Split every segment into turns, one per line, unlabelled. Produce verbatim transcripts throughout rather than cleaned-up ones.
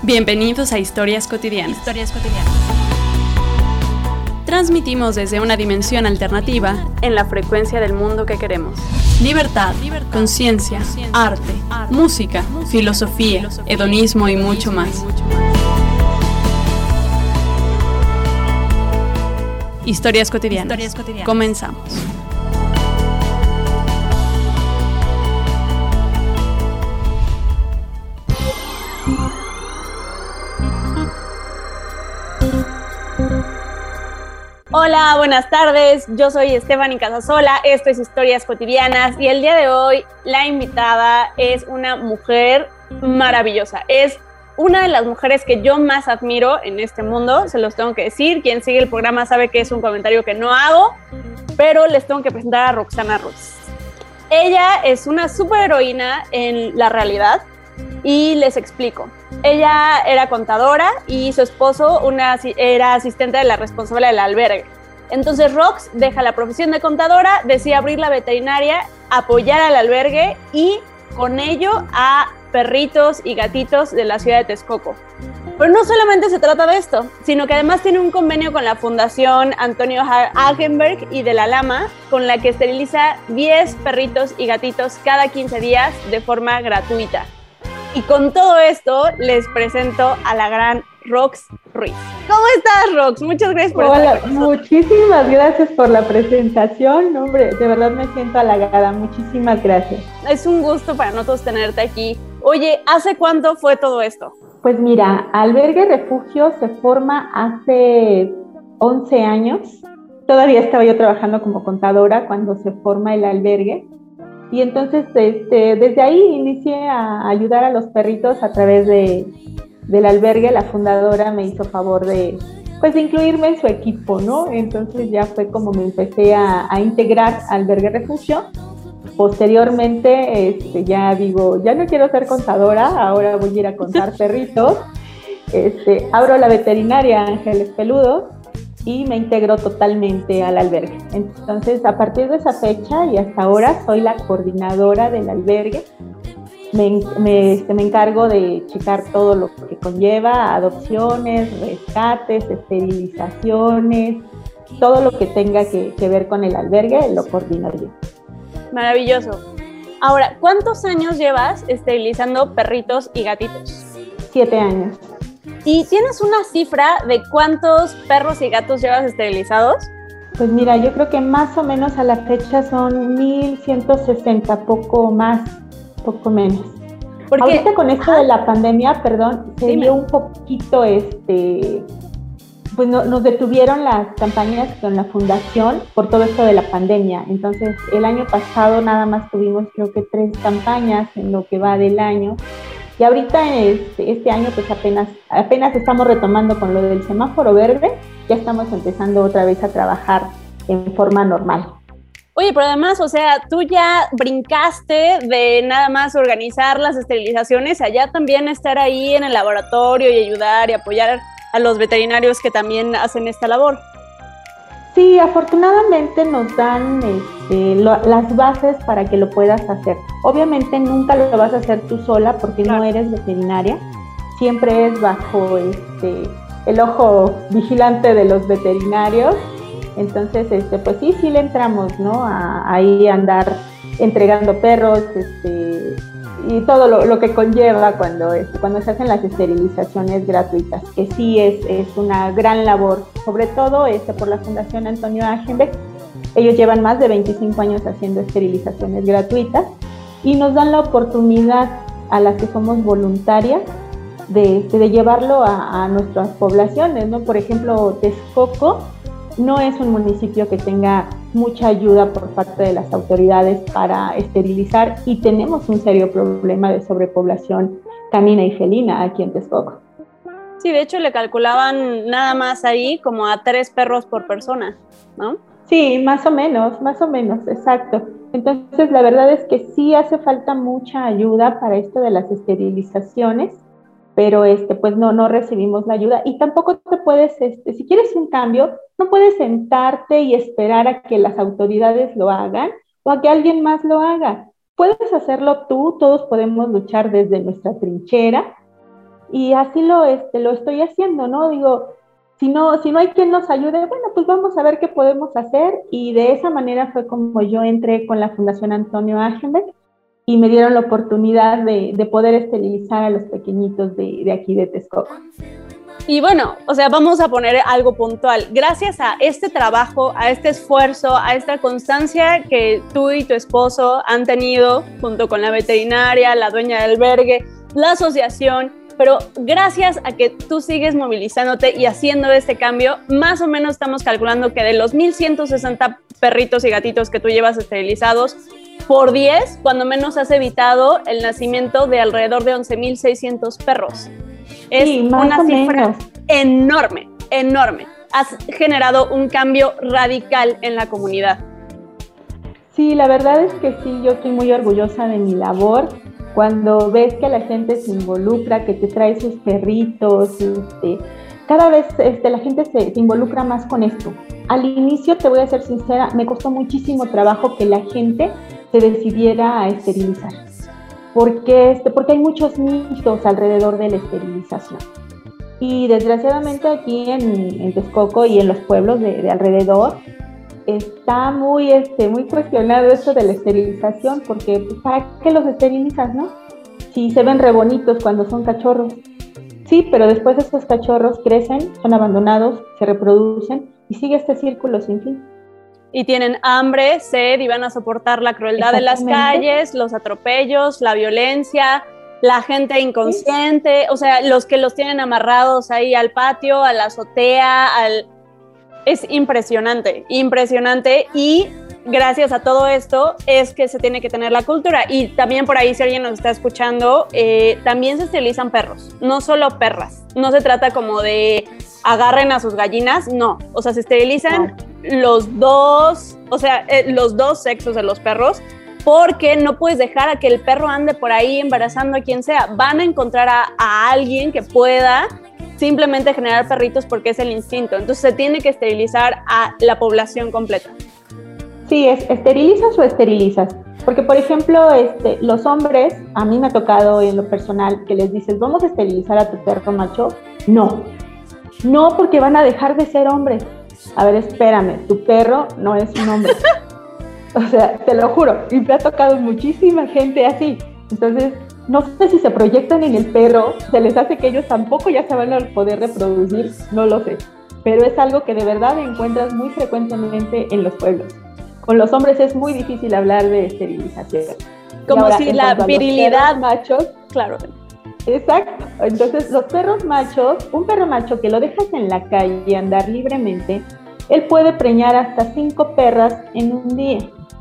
Bienvenidos a Historias Cotidianas.
Historias Cotidianas.
Transmitimos desde una dimensión alternativa en la frecuencia del mundo que queremos. Libertad, Libertad conciencia, arte, arte, música, música filosofía, filosofía, hedonismo y mucho más. Y mucho más. Historias Cotidianas. Historias Cotidianas. Comenzamos.
Hola, buenas tardes, yo soy Esteban Casasola, esto es Historias Cotidianas y el día de hoy la invitada es una mujer maravillosa, es una de las mujeres que yo más admiro en este mundo, se los tengo que decir, quien sigue el programa sabe que es un comentario que no hago, pero les tengo que presentar a Roxana Ruiz. Ella es una superheroína en la realidad y les explico. Ella era contadora y su esposo una, era asistente de la responsable del albergue. Entonces Rox deja la profesión de contadora, decide abrir la veterinaria, apoyar al albergue y con ello a perritos y gatitos de la ciudad de Texcoco. Pero no solamente se trata de esto, sino que además tiene un convenio con la Fundación Antonio Hagenberg y de la Lama, con la que esteriliza diez perritos y gatitos cada quince días de forma gratuita. Y con todo esto, les presento a la gran Rox Ruiz. ¿Cómo estás, Rox? Muchas gracias por
Hola,
estar con nosotros.
Muchísimas gracias por la presentación. Hombre, de verdad me siento halagada. Muchísimas gracias.
Es un gusto para nosotros tenerte aquí. Oye, ¿hace cuánto fue todo esto?
Pues mira, Albergue Refugio se forma hace once años. Todavía estaba yo trabajando como contadora cuando se forma el albergue. Y entonces este, desde ahí inicié a ayudar a los perritos a través de, del albergue. La fundadora me hizo favor de, pues, de incluirme en su equipo, ¿no? Entonces ya fue como me empecé a, a integrar Albergue Refugio. Posteriormente este, ya digo, ya no quiero ser contadora, ahora voy a ir a contar perritos. Este, abro la veterinaria Ángeles Peludos y me integro totalmente al albergue. Entonces, a partir de esa fecha y hasta ahora, soy la coordinadora del albergue. Me, me, este, me encargo de checar todo lo que conlleva, adopciones, rescates, esterilizaciones, todo lo que tenga que, que ver con el albergue, lo coordino yo.
Maravilloso. Ahora, ¿cuántos años llevas esterilizando perritos y gatitos?
Siete años.
¿Y tienes una cifra de cuántos perros y gatos llevas esterilizados?
Pues mira, yo creo que más o menos a la fecha son mil ciento sesenta, poco más, poco menos. Porque ahorita con esto de la pandemia, perdón, se
Dime.
dio un poquito, este, pues no, nos detuvieron las campañas con la fundación por todo esto de la pandemia. Entonces, el año pasado nada más tuvimos creo que tres campañas en lo que va del año. Y ahorita este, este año pues apenas, apenas estamos retomando con lo del semáforo verde, ya estamos empezando otra vez a trabajar en forma normal.
Oye, pero además, o sea, tú ya brincaste de nada más organizar las esterilizaciones, allá también estar ahí en el laboratorio y ayudar y apoyar a los veterinarios que también hacen esta labor.
Sí, afortunadamente nos dan este, lo, las bases para que lo puedas hacer. Obviamente nunca lo vas a hacer tú sola porque claro, no eres veterinaria. Siempre es bajo este, el ojo vigilante de los veterinarios. Entonces, este, pues sí, sí le entramos, ¿no? A, a ahí andar entregando perros este, y todo lo, lo que conlleva cuando, este, cuando se hacen las esterilizaciones gratuitas, que sí es, es una gran labor, sobre todo este, por la Fundación Antonio Hagenberg. Ellos llevan más de veinticinco años haciendo esterilizaciones gratuitas y nos dan la oportunidad a las que somos voluntarias de, de llevarlo a, a nuestras poblaciones, ¿no? Por ejemplo, Texcoco no es un municipio que tenga mucha ayuda por parte de las autoridades para esterilizar y tenemos un serio problema de sobrepoblación canina y felina aquí en Texcoco.
Sí, de hecho le calculaban nada más ahí como a tres perros por persona, ¿no?
Sí, más o menos, más o menos, exacto. Entonces la verdad es que sí hace falta mucha ayuda para esto de las esterilizaciones, pero este, pues no, no recibimos la ayuda y tampoco te puedes, este, si quieres un cambio, no puedes sentarte y esperar a que las autoridades lo hagan o a que alguien más lo haga. Puedes hacerlo tú, todos podemos luchar desde nuestra trinchera y así lo, este, lo estoy haciendo, ¿no? Digo, si no, si no hay quien nos ayude, bueno, pues vamos a ver qué podemos hacer, y de esa manera fue como yo entré con la Fundación Antonio Aschenbeck, y me dieron la oportunidad de, de poder esterilizar a los pequeñitos de, de aquí de Texcoco.
Y bueno, o sea, vamos a poner algo puntual. Gracias a este trabajo, a este esfuerzo, a esta constancia que tú y tu esposo han tenido junto con la veterinaria, la dueña del albergue, la asociación, pero gracias a que tú sigues movilizándote y haciendo este cambio, más o menos estamos calculando que de los mil ciento sesenta perritos y gatitos que tú llevas esterilizados, por diez, cuando menos has evitado el nacimiento de alrededor de once mil seiscientos perros. Es
sí, más
una
o
cifra
menos.
enorme, enorme. Has generado un cambio radical en la comunidad.
Sí, la verdad es que sí, yo estoy muy orgullosa de mi labor. Cuando ves que la gente se involucra, que te trae sus perritos, este, cada vez este, la gente se, se involucra más con esto. Al inicio, te voy a ser sincera, me costó muchísimo trabajo que la gente se decidiera a esterilizar. Porque, este, porque hay muchos mitos alrededor de la esterilización. Y desgraciadamente aquí en, en Texcoco y en los pueblos de, de alrededor está muy, este, muy cuestionado esto de la esterilización, porque pues, ¿para qué los esterilizas, no? Si se ven re bonitos cuando son cachorros. Sí, pero después estos cachorros crecen, son abandonados, se reproducen y sigue este círculo sin fin.
Y tienen hambre, sed y van a soportar la crueldad de las calles, los atropellos, la violencia, la gente inconsciente, o sea, los que los tienen amarrados ahí al patio, a la azotea, al... es impresionante, impresionante, y gracias a todo esto es que se tiene que tener la cultura. Y también por ahí, si alguien nos está escuchando, eh, también se esterilizan perros, no solo perras. No se trata como de agarren a sus gallinas, no, o sea, se esterilizan los dos, o sea, eh, los dos sexos de los perros, porque no puedes dejar a que el perro ande por ahí embarazando a quien sea. Van a encontrar a, a alguien que pueda simplemente generar perritos porque es el instinto. Entonces se tiene que esterilizar a la población completa.
Sí, es esterilizas o esterilizas. Porque, por ejemplo, este, los hombres, a mí me ha tocado en lo personal que les dices, vamos a esterilizar a tu perro macho. No, no, porque van a dejar de ser hombres. A ver, espérame, tu perro no es un hombre. O sea, te lo juro, y me ha tocado muchísima gente así. Entonces, no sé si se proyectan en el perro, se les hace que ellos tampoco ya se van a poder reproducir, no lo sé. Pero es algo que de verdad encuentras muy frecuentemente en los pueblos. Con los hombres es muy difícil hablar de esterilización.
Como ahora, si la virilidad...
machos,
claro.
Exacto. Entonces, los perros machos, un perro macho que lo dejas en la calle y andar libremente, él puede preñar hasta cinco perras en un día.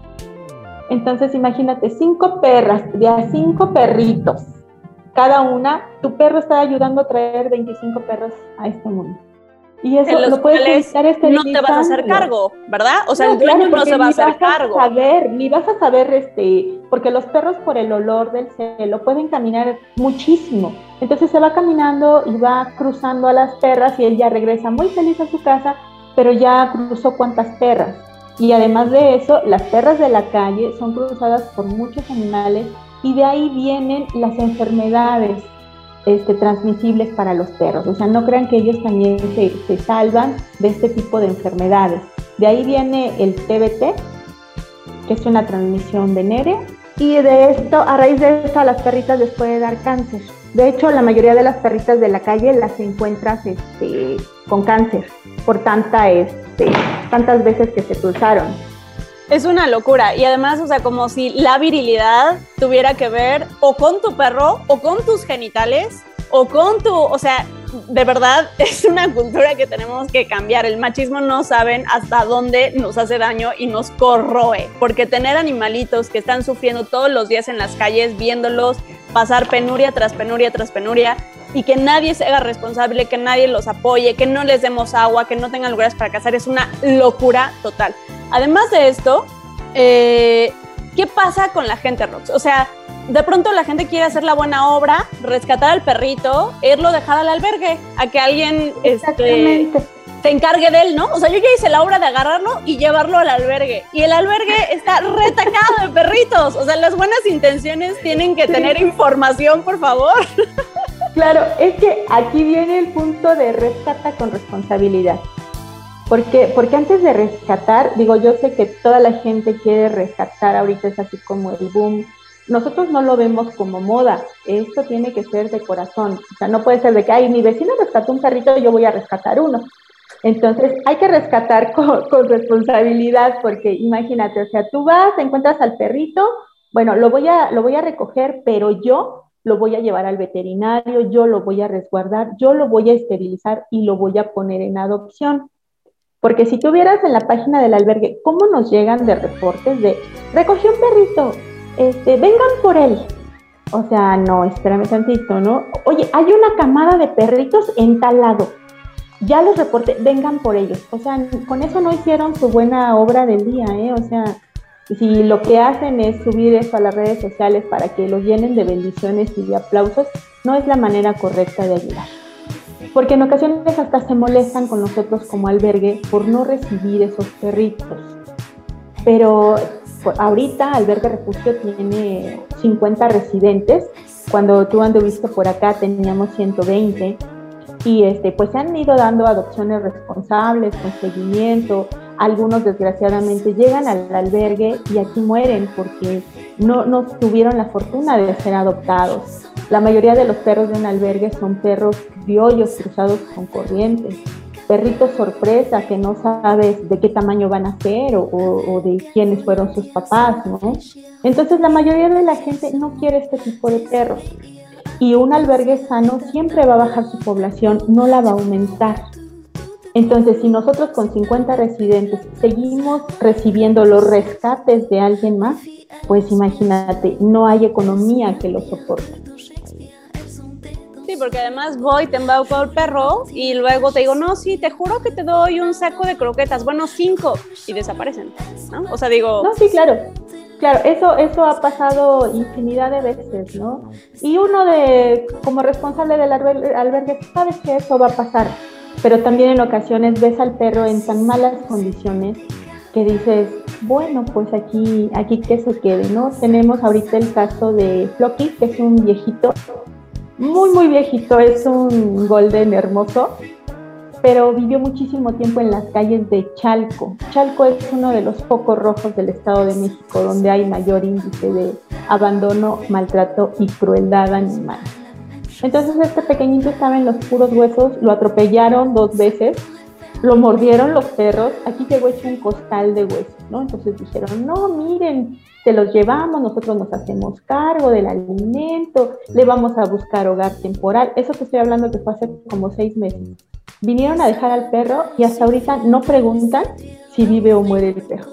Entonces, imagínate, cinco perras, de a cinco perritos, cada una, tu perro está ayudando a traer veinticinco perros a este mundo. Y eso lo puedes evitar esterilizando.
No te vas a hacer cargo, ¿verdad? O sea,
no,
el dueño
claro,
no se va a hacer cargo.
A saber, ni vas a saber, este, porque los perros por el olor del celo pueden caminar muchísimo. Entonces se va caminando y va cruzando a las perras y él ya regresa muy feliz a su casa, pero ya cruzó cuántas perras. Y además de eso, las perras de la calle son cruzadas por muchos animales y de ahí vienen las enfermedades este, transmisibles para los perros. O sea, no crean que ellos también se, se salvan de este tipo de enfermedades. De ahí viene el T B T, que es una transmisión venérea, y de esto, a raíz de esto, a las perritas les puede dar cáncer. De hecho, la mayoría de las perritas de la calle las encuentras este, con cáncer por tanta, este, tantas veces que se cruzaron.
Es una locura, y además, o sea, como si la virilidad tuviera que ver o con tu perro, o con tus genitales, o con tu, o sea, de verdad es una cultura que tenemos que cambiar. El machismo no saben hasta dónde nos hace daño y nos corroe, porque tener animalitos que están sufriendo todos los días en las calles, viéndolos pasar penuria tras penuria tras penuria, y que nadie se haga responsable, que nadie los apoye, que no les demos agua, que no tengan lugares para cazar, es una locura total. Además de esto, eh, ¿qué pasa con la gente, Rox? O sea, de pronto la gente quiere hacer la buena obra, rescatar al perrito, irlo dejar al albergue, a que alguien este, se encargue de él, ¿no? O sea, yo ya hice la obra de agarrarlo y llevarlo al albergue, y el albergue está retacado de perritos. O sea, las buenas intenciones tienen que tener información, por favor.
Claro, es que aquí viene el punto de rescata con responsabilidad. Porque, porque antes de rescatar, digo, yo sé que toda la gente quiere rescatar, ahorita es así como el boom. Nosotros no lo vemos como moda, esto tiene que ser de corazón. O sea, no puede ser de que, ay, mi vecino rescató un perrito, yo voy a rescatar uno. Entonces, hay que rescatar con, con responsabilidad, porque imagínate, o sea, tú vas, encuentras al perrito, bueno, lo voy a, lo voy a recoger, pero yo lo voy a llevar al veterinario, yo lo voy a resguardar, yo lo voy a esterilizar y lo voy a poner en adopción. Porque si tuvieras en la página del albergue, ¿cómo nos llegan de reportes de, recogí un perrito, este, vengan por él? O sea, no, espérame tantito, ¿no? Oye, hay una camada de perritos en tal lado. Ya los reporté, vengan por ellos. O sea, con eso no hicieron su buena obra del día, ¿eh? O sea, si lo que hacen es subir eso a las redes sociales para que los llenen de bendiciones y de aplausos, no es la manera correcta de ayudar. Porque en ocasiones hasta se molestan con nosotros como albergue por no recibir esos perritos. Pero ahorita Albergue Refugio tiene cincuenta residentes. Cuando tú anduviste por acá teníamos ciento veinte. Y este, pues se han ido dando adopciones responsables, con seguimiento. Algunos desgraciadamente llegan al albergue y aquí mueren porque no, no tuvieron la fortuna de ser adoptados. La mayoría de los perros de un albergue son perros criollos cruzados con corrientes, perritos sorpresa que no sabes de qué tamaño van a ser o, o, o de quiénes fueron sus papás, ¿no? Entonces la mayoría de la gente no quiere este tipo de perros. Y un albergue sano siempre va a bajar su población, no la va a aumentar. Entonces, si nosotros con cincuenta residentes seguimos recibiendo los rescates de alguien más, pues imagínate, no hay economía que lo soporte.
Sí, porque además voy, te embauco el perro y luego te digo, no, sí, te juro que te doy un saco de croquetas, bueno, cinco, y desaparecen, ¿no? O sea, digo...
No, sí, claro. Claro, eso, eso ha pasado infinidad de veces, ¿no? Y uno de, como responsable del albergue, albergue, sabes que eso va a pasar, pero también en ocasiones ves al perro en tan malas condiciones que dices, bueno, pues aquí, aquí que se quede, ¿no? Tenemos ahorita el caso de Floki, que es un viejito, muy, muy viejito, es un golden hermoso, pero vivió muchísimo tiempo en las calles de Chalco. Chalco es uno de los focos rojos del Estado de México, donde hay mayor índice de abandono, maltrato y crueldad animal. Entonces este pequeñito estaba en los puros huesos, lo atropellaron dos veces, lo mordieron los perros, aquí llegó hecho un costal de huesos, ¿no? Entonces dijeron, no, miren, te los llevamos, nosotros nos hacemos cargo del alimento, le vamos a buscar hogar temporal. Eso te estoy hablando que fue hace como seis meses. Vinieron a dejar al perro y hasta ahorita no preguntan si vive o muere el perro.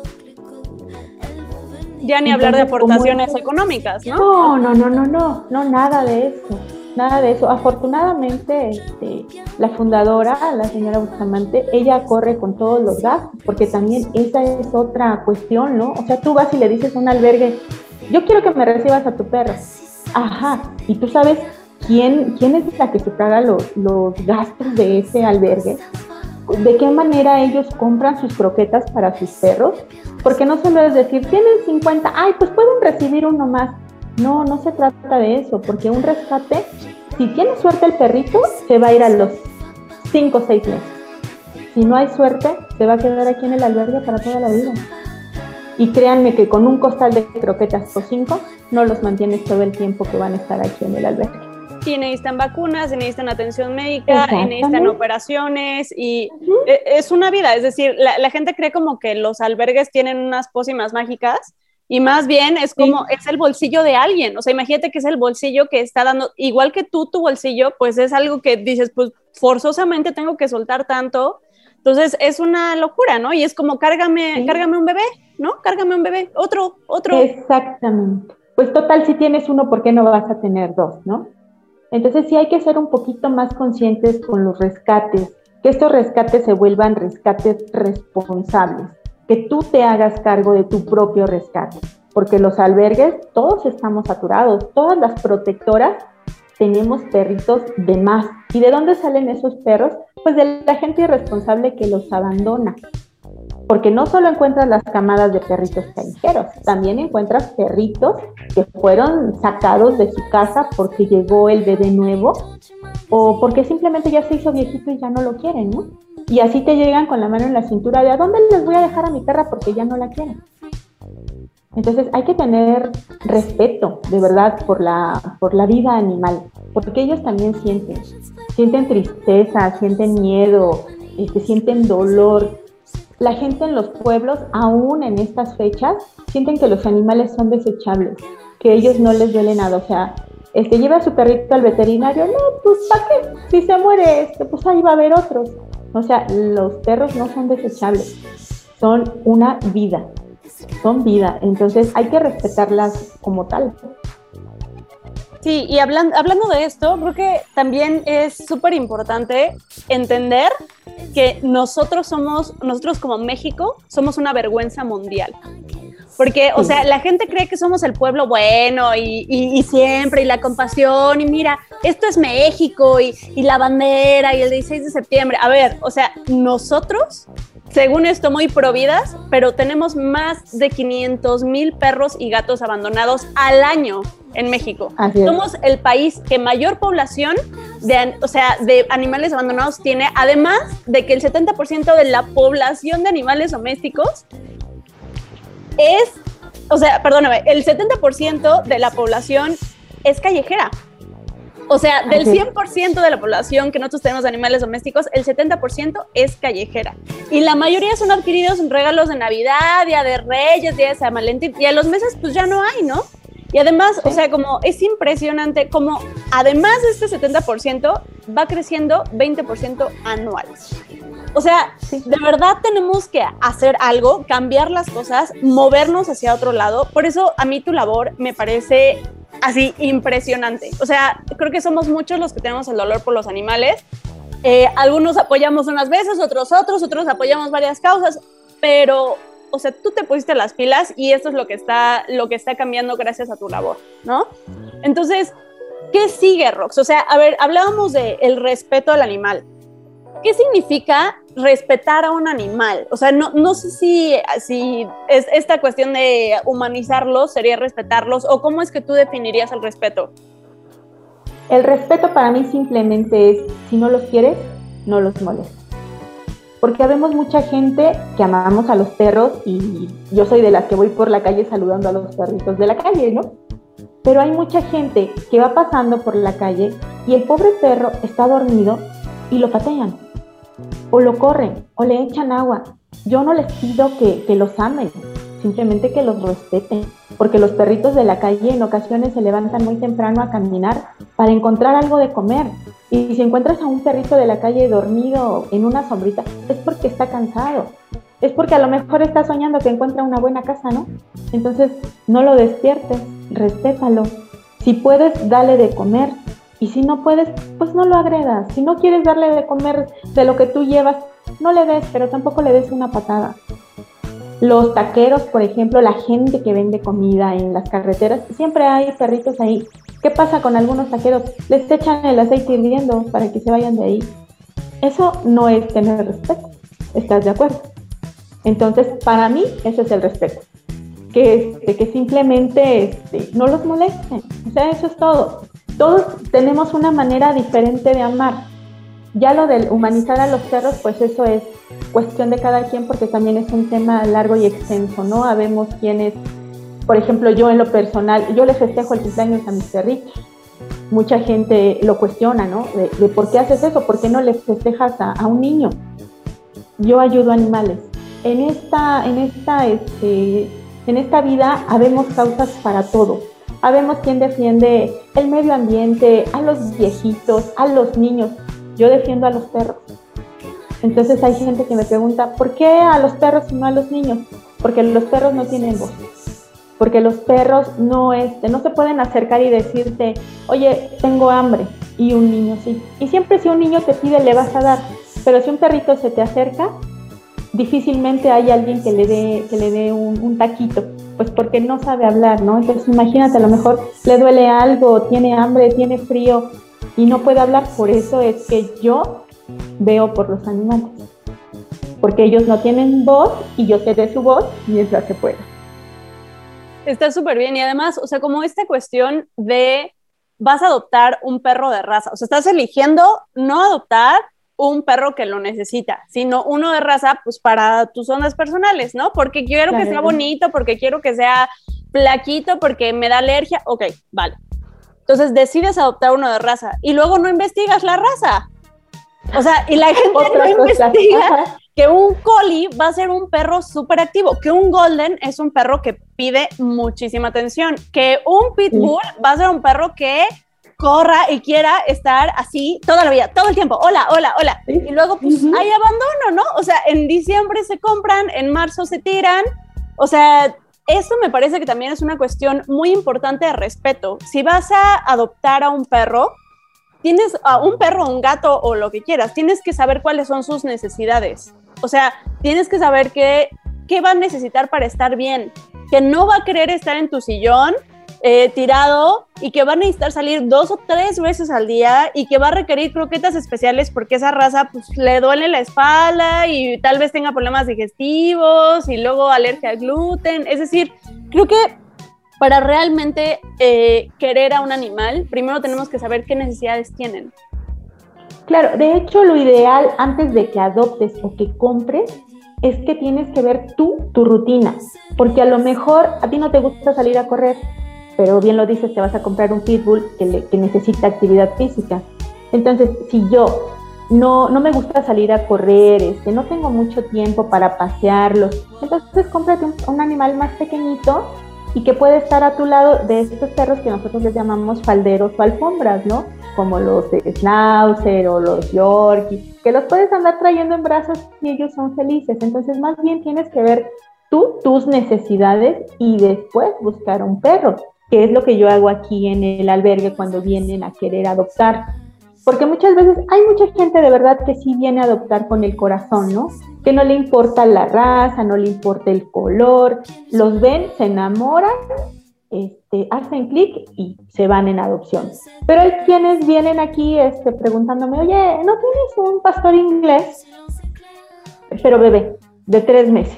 Ya ni Entonces, hablar de aportaciones económicas, ¿no?
No, no, no, no, no, no, nada de eso, nada de eso. Afortunadamente, este, la fundadora, la señora Bustamante, ella corre con todos los gastos, porque también esa es otra cuestión, ¿no? O sea, tú vas y le dices a un albergue, yo quiero que me recibas a tu perro. Ajá, y tú sabes quién, quién es la que se paga los, los gastos de ese albergue. ¿De qué manera ellos compran sus croquetas para sus perros? Porque no solo es decir, tienen cincuenta, ay, pues pueden recibir uno más. No, no se trata de eso, porque un rescate, si tiene suerte el perrito, se va a ir a los cinco o seis meses. Si no hay suerte, se va a quedar aquí en el albergue para toda la vida. Y créanme que con un costal de croquetas por cinco, no los mantienes todo el tiempo que van a estar aquí en el albergue.
Y necesitan vacunas, necesitan atención médica, necesitan operaciones y uh-huh. es una vida, es decir, la, la gente cree como que los albergues tienen unas pócimas mágicas y más bien es como, sí. es el bolsillo de alguien, o sea, imagínate que es el bolsillo que está dando, igual que tú, tu bolsillo, pues es algo que dices, pues forzosamente tengo que soltar tanto, entonces es una locura, ¿no? Y es como, cárgame, sí. cárgame un bebé, ¿no? Cárgame un bebé, otro, otro.
Exactamente, pues total, si tienes uno, ¿por qué no vas a tener dos, no? Entonces sí hay que ser un poquito más conscientes con los rescates, que estos rescates se vuelvan rescates responsables, que tú te hagas cargo de tu propio rescate, porque los albergues todos estamos saturados, todas las protectoras tenemos perritos de más. ¿Y de dónde salen esos perros? Pues de la gente irresponsable que los abandona. Porque no solo encuentras las camadas de perritos callejeros, también encuentras perritos que fueron sacados de su casa porque llegó el bebé nuevo o porque simplemente ya se hizo viejito y ya no lo quieren, ¿no? Y así te llegan con la mano en la cintura de ¿a dónde les voy a dejar a mi perra porque ya no la quieren? Entonces hay que tener respeto, de verdad, por la, por la vida animal, porque ellos también sienten, sienten tristeza, sienten miedo, este, sienten dolor. La gente en los pueblos, aún en estas fechas, sienten que los animales son desechables, que ellos no les duele nada, o sea, este, lleva a su perrito al veterinario, no, pues ¿para qué? Si se muere este, pues ahí va a haber otros. O sea, los perros no son desechables, son una vida, son vida, entonces hay que respetarlas como tal.
Sí, y hablan, hablando de esto, creo que también es súper importante entender que nosotros somos, nosotros como México, somos una vergüenza mundial. Porque, o sea, la gente cree que somos el pueblo bueno y, y, y siempre, y la compasión, y mira, esto es México, y, y la bandera, y el dieciséis de septiembre. A ver, o sea, nosotros, según esto, muy providas, pero tenemos más de quinientos mil perros y gatos abandonados al año en México. Somos el país que mayor población de, o sea, de animales abandonados tiene, además de que el setenta por ciento de la población de animales domésticos es, o sea, perdóname, el setenta por ciento de la población es callejera. O sea, del cien por ciento de la población que nosotros tenemos de animales domésticos, el setenta por ciento es callejera. Y la mayoría son adquiridos en regalos de Navidad, Día de Reyes, Día de San Valentín, y a los meses pues ya no hay, ¿no? Y además, sí. o sea, como es impresionante como además de este setenta por ciento va creciendo veinte por ciento anual. O sea, sí. de verdad tenemos que hacer algo, cambiar las cosas, movernos hacia otro lado. Por eso a mí tu labor me parece así impresionante. O sea, creo que somos muchos los que tenemos el dolor por los animales. Eh, algunos apoyamos unas veces, otros otros, otros apoyamos varias causas, pero, o sea, tú te pusiste las pilas y esto es lo que está, lo que está cambiando gracias a tu labor, ¿no? Entonces, ¿qué sigue, Rox? O sea, a ver, hablábamos de el respeto al animal. ¿Qué significa respetar a un animal? O sea, no, no sé si, si es esta cuestión de humanizarlos sería respetarlos, o cómo es que tú definirías el respeto.
El respeto para mí simplemente es, si no los quieres, no los molestes. Porque vemos mucha gente que amamos a los perros, y yo soy de las que voy por la calle saludando a los perritos de la calle, ¿no? Pero hay mucha gente que va pasando por la calle y el pobre perro está dormido y lo patean, o lo corren, o le echan agua. Yo no les pido que, que los amen, simplemente que los respeten, porque los perritos de la calle en ocasiones se levantan muy temprano a caminar para encontrar algo de comer. Y si encuentras a un perrito de la calle dormido en una sombrita, es porque está cansado, es porque a lo mejor está soñando que encuentra una buena casa, ¿no? Entonces, no lo despiertes, respétalo. Si puedes, dale de comer. Y si no puedes, pues no lo agredas. Si no quieres darle de comer de lo que tú llevas, no le des, pero tampoco le des una patada. Los taqueros, por ejemplo, la gente que vende comida en las carreteras, siempre hay perritos ahí. ¿Qué pasa con algunos taqueros? Les echan el aceite hirviendo para que se vayan de ahí. Eso no es tener respeto. ¿Estás de acuerdo? Entonces, para mí, eso es el respeto. Que, este, que simplemente este, no los molesten. O sea, eso es todo. Todos tenemos una manera diferente de amar. Ya lo del humanizar a los perros, pues eso es cuestión de cada quien, porque también es un tema largo y extenso, ¿no? Habemos quienes, por ejemplo, yo en lo personal, yo le festejo el cumpleaños a mis perritos. Mucha gente lo cuestiona, ¿no? De, de por qué haces eso, por qué no le festejas a, a un niño. Yo ayudo a animales. En esta, en esta, este, en esta vida habemos causas para todo. Habemos quien defiende el medio ambiente, a los viejitos, a los niños. Yo defiendo a los perros. Entonces hay gente que me pregunta, ¿por qué a los perros y no a los niños? Porque los perros no tienen voz. Porque los perros no, este, no se pueden acercar y decirte, oye, tengo hambre, y un niño sí. Y siempre si un niño te pide, le vas a dar. Pero si un perrito se te acerca, difícilmente hay alguien que le dé, que le dé un, un taquito, pues porque no sabe hablar, ¿no? Entonces imagínate, a lo mejor le duele algo, tiene hambre, tiene frío y no puede hablar. Por eso es que yo veo por los animales, porque ellos no tienen voz y yo seré su voz mientras se pueda.
Está súper bien, y además, o sea, como esta cuestión de vas a adoptar un perro de raza. O sea, estás eligiendo no adoptar un perro que lo necesita, sino uno de raza, pues para tus zonas personales, ¿no? Porque quiero claro. que sea bonito, porque quiero que sea flaquito, porque me da alergia. Ok, vale. Entonces decides adoptar uno de raza y luego no investigas la raza. O sea, y la gente no investiga que un collie va a ser un perro súper activo, que un golden es un perro que pide muchísima atención, que un pitbull sí. va a ser un perro que corra y quiera estar así toda la vida, todo el tiempo, hola, hola, hola. ¿Sí? Y luego pues uh-huh. hay abandono, ¿no? O sea, en diciembre se compran, en marzo se tiran. O sea, esto me parece que también es una cuestión muy importante de respeto. Si vas a adoptar a un perro, tienes a un perro, un gato o lo que quieras, tienes que saber cuáles son sus necesidades. O sea, tienes que saber qué, qué va a necesitar para estar bien, que no va a querer estar en tu sillón eh, tirado y que va a necesitar salir dos o tres veces al día y que va a requerir croquetas especiales porque esa raza pues le duele la espalda y tal vez tenga problemas digestivos y luego alergia al gluten. Es decir, creo que para realmente eh, querer a un animal, primero tenemos que saber qué necesidades tienen.
Claro, de hecho lo ideal antes de que adoptes o que compres es que tienes que ver tú tu rutina, porque a lo mejor a ti no te gusta salir a correr, pero bien lo dices, te vas a comprar un pitbull que, le, que necesita actividad física. Entonces, si yo no, no me gusta salir a correr, este, no tengo mucho tiempo para pasearlos, entonces cómprate un, un animal más pequeñito y que puede estar a tu lado de estos perros que nosotros les llamamos falderos o alfombras, ¿no? Como los Schnauzer o los Yorkie, que los puedes andar trayendo en brazos y ellos son felices. Entonces, más bien tienes que ver tú tus necesidades y después buscar un perro, que es lo que yo hago aquí en el albergue cuando vienen a querer adoptar. Porque muchas veces hay mucha gente de verdad que sí viene a adoptar con el corazón, ¿no? Que no le importa la raza, no le importa el color, los ven, se enamoran, este, hacen clic y se van en adopción. Pero hay quienes vienen aquí este, preguntándome, oye, ¿no tienes un pastor inglés? Pero bebé, de tres meses.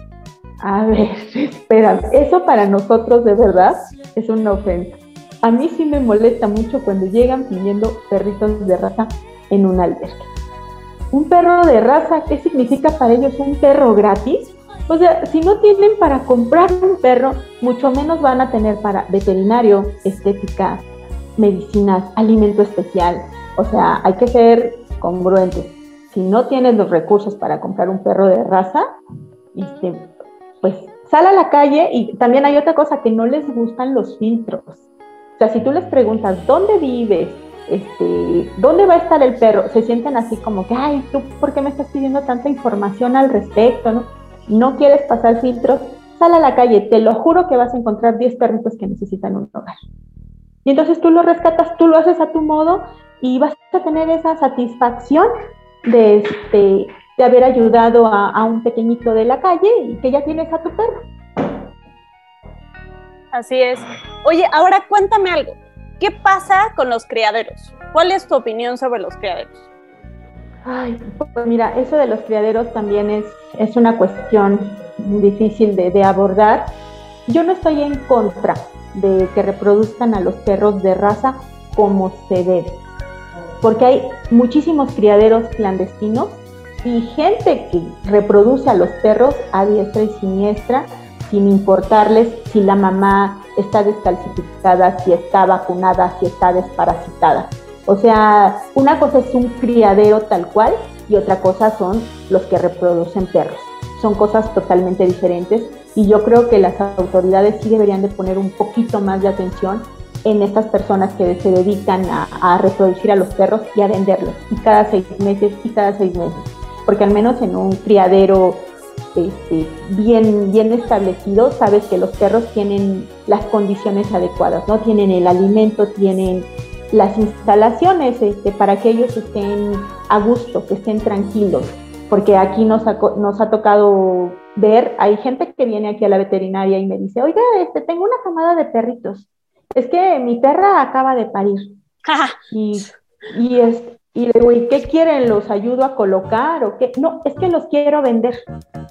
A ver, espera, eso para nosotros de verdad es una ofensa. A mí sí me molesta mucho cuando llegan pidiendo perritos de raza en un albergue. Un perro de raza, ¿qué significa para ellos un perro gratis? O sea, si no tienen para comprar un perro, mucho menos van a tener para veterinario, estética, medicinas, alimento especial. O sea, hay que ser congruentes. Si no tienes los recursos para comprar un perro de raza, este, pues sal a la calle. Y también hay otra cosa, que no les gustan los filtros. O sea, si tú les preguntas, ¿dónde vives? Este, ¿dónde va a estar el perro? Se sienten así como que, ay, ¿tú por qué me estás pidiendo tanta información al respecto? ¿No? ¿No quieres pasar filtros? Sal a la calle, te lo juro que vas a encontrar diez perritos que necesitan un hogar. Y entonces tú lo rescatas, tú lo haces a tu modo y vas a tener esa satisfacción de, este, de haber ayudado a, a un pequeñito de la calle y que ya tienes a tu perro.
Así es. Oye, ahora cuéntame algo. ¿Qué pasa con los criaderos? ¿Cuál es tu opinión sobre los criaderos?
Ay, pues mira, eso de los criaderos también es, es una cuestión difícil de, de abordar. Yo no estoy en contra de que reproduzcan a los perros de raza como se debe, porque hay muchísimos criaderos clandestinos y gente que reproduce a los perros a diestra y siniestra, sin importarles si la mamá está descalcificada, si está vacunada, si está desparasitada. O sea, una cosa es un criadero tal cual y otra cosa son los que reproducen perros. Son cosas totalmente diferentes y yo creo que las autoridades sí deberían de poner un poquito más de atención en estas personas que se dedican a, a reproducir a los perros y a venderlos, y cada seis meses y cada seis meses. Porque al menos en un criadero Este, bien, bien establecido, sabes que los perros tienen las condiciones adecuadas, ¿no? Tienen el alimento, tienen las instalaciones este, para que ellos estén a gusto, que estén tranquilos, porque aquí nos ha, nos ha tocado ver, hay gente que viene aquí a la veterinaria y me dice, oiga, este, tengo una camada de perritos, es que mi perra acaba de parir, y, y, es, y le digo, ¿y qué quieren? ¿Los ayudo a colocar o qué? No, es que los quiero vender.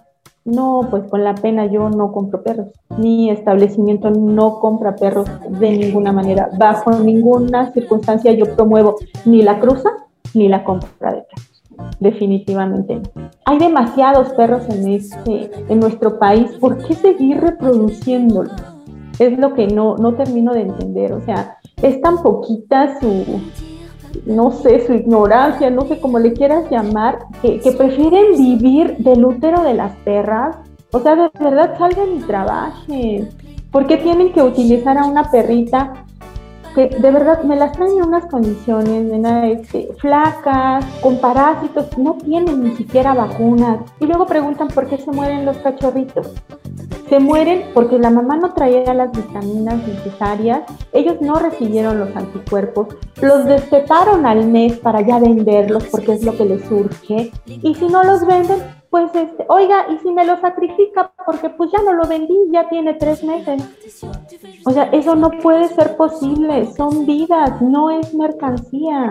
No, pues con la pena yo no compro perros. Mi establecimiento no compra perros de ninguna manera. Bajo ninguna circunstancia yo promuevo ni la cruza ni la compra de perros. Definitivamente no. Hay demasiados perros en, este, en nuestro país. ¿Por qué seguir reproduciéndolos? Es lo que no, no termino de entender. O sea, es tan poquita su, no sé, su ignorancia, no sé cómo le quieras llamar, que, que prefieren vivir del útero de las perras. O sea, de verdad, salgan y trabajen. ¿Por qué tienen que utilizar a una perrita que de verdad me las traen en unas condiciones, nena, este, flacas, con parásitos, no tienen ni siquiera vacunas? Y luego preguntan por qué se mueren los cachorritos. Se mueren porque la mamá no traía las vitaminas necesarias, ellos no recibieron los anticuerpos, los destetaron al mes para ya venderlos porque es lo que les surge, y si no los venden, pues, este, oiga, y si me lo sacrifica porque pues ya no lo vendí, ya tiene tres meses. O sea, eso no puede ser posible, son vidas, no es mercancía.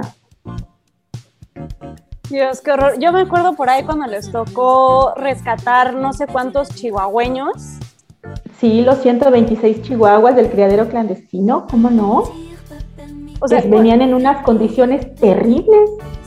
Dios, qué horror. Yo me acuerdo por ahí cuando les tocó rescatar no sé cuántos chihuahueños.
Sí, los ciento veintiséis chihuahuas del criadero clandestino, ¿cómo no? O sea, pues venían en unas condiciones terribles.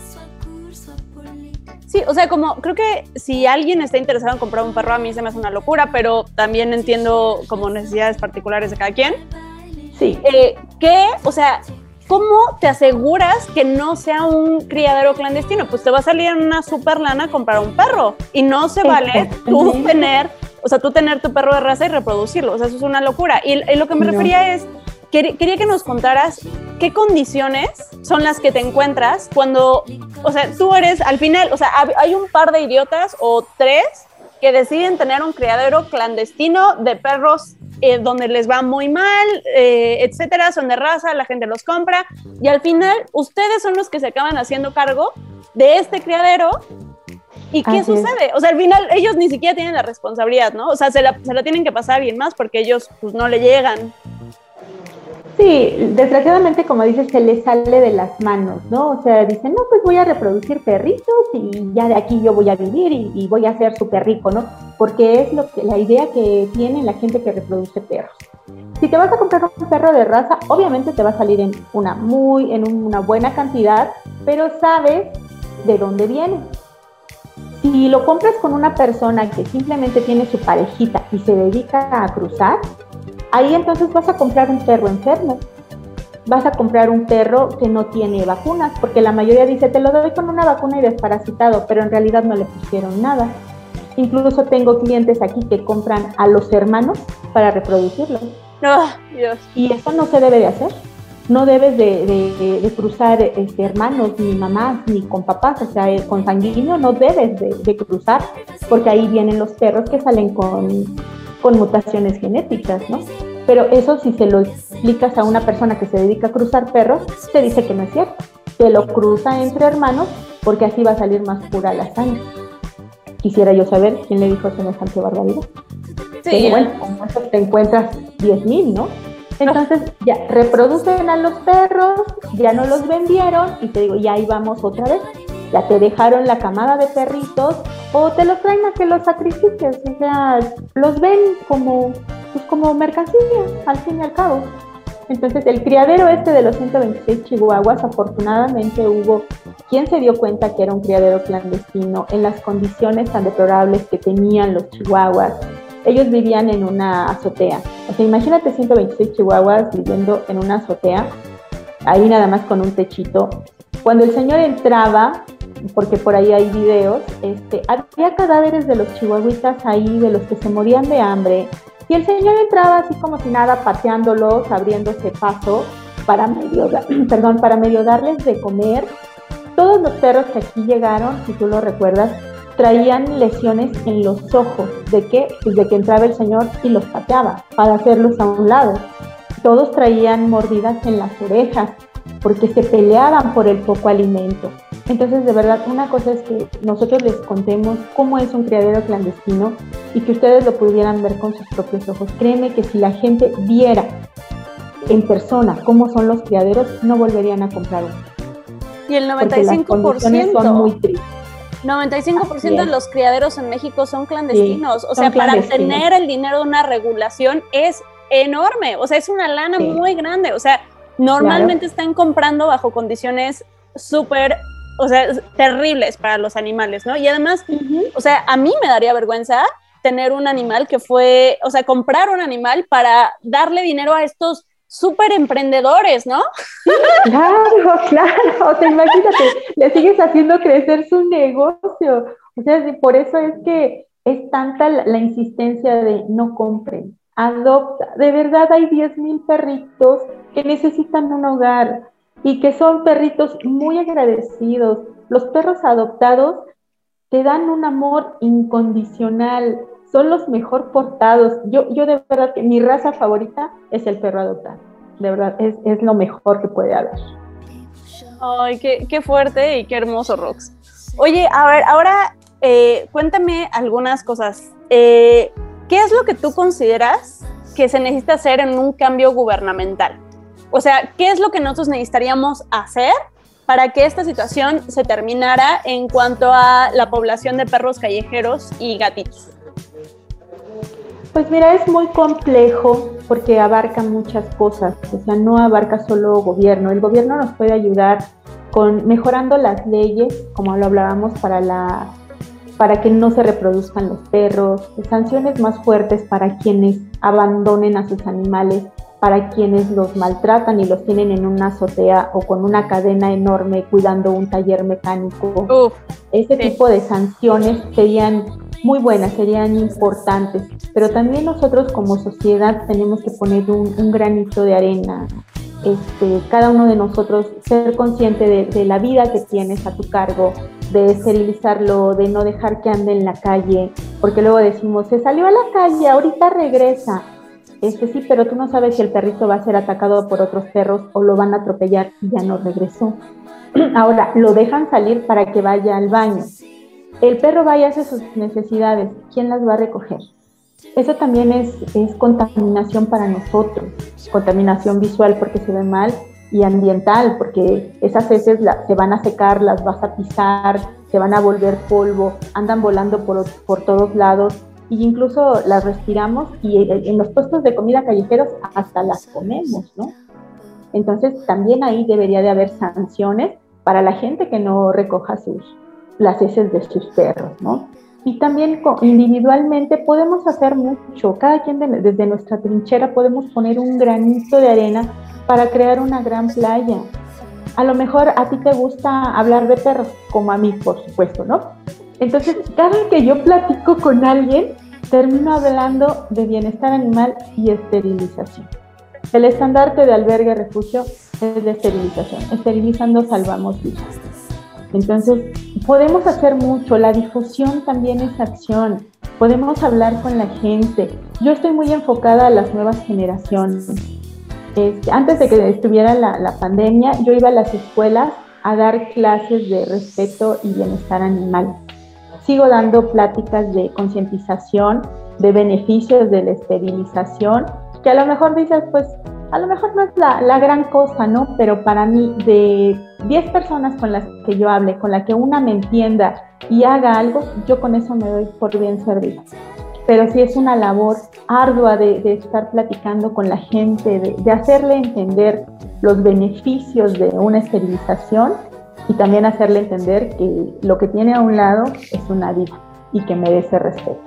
Sí, o sea, como creo que si alguien está interesado en comprar un perro, a mí se me hace una locura, pero también entiendo como necesidades particulares de cada quien.
Sí.
Eh, ¿Qué? O sea, ¿cómo te aseguras que no sea un criadero clandestino? Pues te va a salir en una super lana comprar un perro y no se vale tú tener, o sea, tú tener tu perro de raza y reproducirlo. O sea, eso es una locura. Y, y lo que me no. refería es, quer, quería que nos contaras qué condiciones son las que te encuentras cuando, o sea, tú eres, al final, o sea, hay un par de idiotas o tres que deciden tener un criadero clandestino de perros eh, donde les va muy mal, eh, etcétera, son de raza, la gente los compra, y al final ustedes son los que se acaban haciendo cargo de este criadero. ¿Y qué Así sucede? Es. O sea, al final ellos ni siquiera tienen la responsabilidad, ¿no? O sea, se la, se la tienen que pasar a alguien más porque ellos pues no le llegan.
Sí, desgraciadamente, como dices, se les sale de las manos, ¿no? O sea, dicen, no, pues voy a reproducir perritos y ya de aquí yo voy a vivir y, y voy a ser súper rico, ¿no? Porque es lo que, la idea que tiene la gente que reproduce perros. Si te vas a comprar un perro de raza, obviamente te va a salir en una muy, en una buena cantidad, pero sabes de dónde viene. Si lo compras con una persona que simplemente tiene su parejita y se dedica a cruzar, ahí entonces vas a comprar un perro enfermo, vas a comprar un perro que no tiene vacunas, porque la mayoría dice, te lo doy con una vacuna y desparasitado, pero en realidad no le pusieron nada. Incluso tengo clientes aquí que compran a los hermanos para reproducirlos.
Oh, Dios.
Y eso no se debe de hacer. No debes de, de, de cruzar este, hermanos, ni mamás, ni con papás, o sea, con sanguíneo no debes de, de cruzar, porque ahí vienen los perros que salen con... con mutaciones genéticas, ¿no? Pero eso si se lo explicas a una persona que se dedica a cruzar perros, te dice que no es cierto, que lo cruza entre hermanos porque así va a salir más pura la sangre. Quisiera yo saber quién le dijo semejante barbaridad. Sí. Pero bueno, con eso te encuentras diez mil, ¿no? Entonces ya reproducen a los perros, ya no los vendieron y te digo, ya ahí vamos otra vez. Ya te dejaron la camada de perritos o te los traen a que los sacrifiques, o sea, los ven como, pues como mercancía, al fin y al cabo. Entonces, el criadero este de los ciento veintiséis chihuahuas, afortunadamente hubo quien se dio cuenta que era un criadero clandestino en las condiciones tan deplorables que tenían los chihuahuas. Ellos vivían en una azotea, o sea, imagínate ciento veintiséis chihuahuas viviendo en una azotea, ahí nada más con un techito. Cuando el señor entraba, porque por ahí hay videos, este, había cadáveres de los chihuahuitas ahí, de los que se morían de hambre, y el señor entraba así como si nada, pateándolos, abriéndose paso para medio, perdón, para medio darles de comer. Todos los perros que aquí llegaron, si tú lo recuerdas, traían lesiones en los ojos. ¿De qué? Pues de que entraba el señor y los pateaba para hacerlos a un lado. Todos traían mordidas en las orejas, porque se peleaban por el poco alimento. Entonces, de verdad, una cosa es que nosotros les contemos cómo es un criadero clandestino y que ustedes lo pudieran ver con sus propios ojos. Créeme que si la gente viera en persona cómo son los criaderos, no volverían a comprar uno.
Y el noventa y cinco por ciento
son muy tristes.
noventa y cinco por ciento de los criaderos en México son clandestinos.
Sí,
o sea, para
clandestinos.
tener el dinero de una regulación es enorme. O sea, es una lana sí. muy grande. O sea, normalmente claro. están comprando bajo condiciones súper, o sea, terribles para los animales, ¿no? Y además, uh-huh. o sea, a mí me daría vergüenza tener un animal que fue, o sea, comprar un animal para darle dinero a estos súper emprendedores, ¿no?
Claro, claro, o sea, imagínate, le sigues haciendo crecer su negocio, o sea, por eso es que es tanta la, la insistencia de no compren, adopta, de verdad hay diez mil perritos que necesitan un hogar y que son perritos muy agradecidos, los perros adoptados te dan un amor incondicional, son los mejor portados. Yo, yo de verdad que mi raza favorita es el perro adoptado. De verdad, es, es lo mejor que puede haber.
Ay, qué, qué fuerte y qué hermoso, Rox. Oye, a ver, ahora eh, cuéntame algunas cosas. Eh, ¿Qué es lo que tú consideras que se necesita hacer en un cambio gubernamental? O sea, ¿qué es lo que nosotros necesitaríamos hacer para que esta situación se terminara en cuanto a la población de perros callejeros y gatitos?
Pues mira, es muy complejo porque abarca muchas cosas, o sea, no abarca solo gobierno. El gobierno nos puede ayudar con mejorando las leyes, como lo hablábamos, para, la, para que no se reproduzcan los perros, sanciones más fuertes para quienes abandonen a sus animales, para quienes los maltratan y los tienen en una azotea o con una cadena enorme cuidando un taller mecánico. Uf, Ese sí. tipo de sanciones serían muy buenas, serían importantes, pero también nosotros como sociedad tenemos que poner un, un granito de arena, este, cada uno de nosotros ser consciente de, de la vida que tienes a tu cargo, de esterilizarlo, de no dejar que ande en la calle, porque luego decimos, se salió a la calle, ahorita regresa. Este, sí, pero tú no sabes si el perrito va a ser atacado por otros perros o lo van a atropellar y ya no regresó. Ahora, lo dejan salir para que vaya al baño. El perro va y hace sus necesidades, ¿quién las va a recoger? Eso también es, es contaminación para nosotros, contaminación visual porque se ve mal y ambiental porque esas heces la, se van a secar, las vas a pisar, se van a volver polvo, andan volando por, por todos lados e incluso las respiramos y en los puestos de comida callejeros hasta las comemos, ¿no? Entonces también ahí debería de haber sanciones para la gente que no recoja sus las heces de sus perros, ¿no? Y también individualmente podemos hacer mucho, cada quien de, desde nuestra trinchera podemos poner un granito de arena para crear una gran playa. A lo mejor a ti te gusta hablar de perros, como a mí, por supuesto, ¿no? Entonces, cada que yo platico con alguien, termino hablando de bienestar animal y esterilización. El estandarte de albergue refugio es de esterilización. Esterilizando salvamos vidas. Entonces, podemos hacer mucho, la difusión también es acción, podemos hablar con la gente. Yo estoy muy enfocada a las nuevas generaciones. Este, antes de que estuviera la, la pandemia, yo iba a las escuelas a dar clases de respeto y bienestar animal. Sigo dando pláticas de concientización, de beneficios de la esterilización, que a lo mejor dices, pues, a lo mejor no es la, la gran cosa, ¿no? Pero para mí, de diez personas con las que yo hable, con la que una me entienda y haga algo, yo con eso me doy por bien servida. Pero sí es una labor ardua de, de estar platicando con la gente, de, de hacerle entender los beneficios de una esterilización y también hacerle entender que lo que tiene a un lado es una vida y que merece respeto.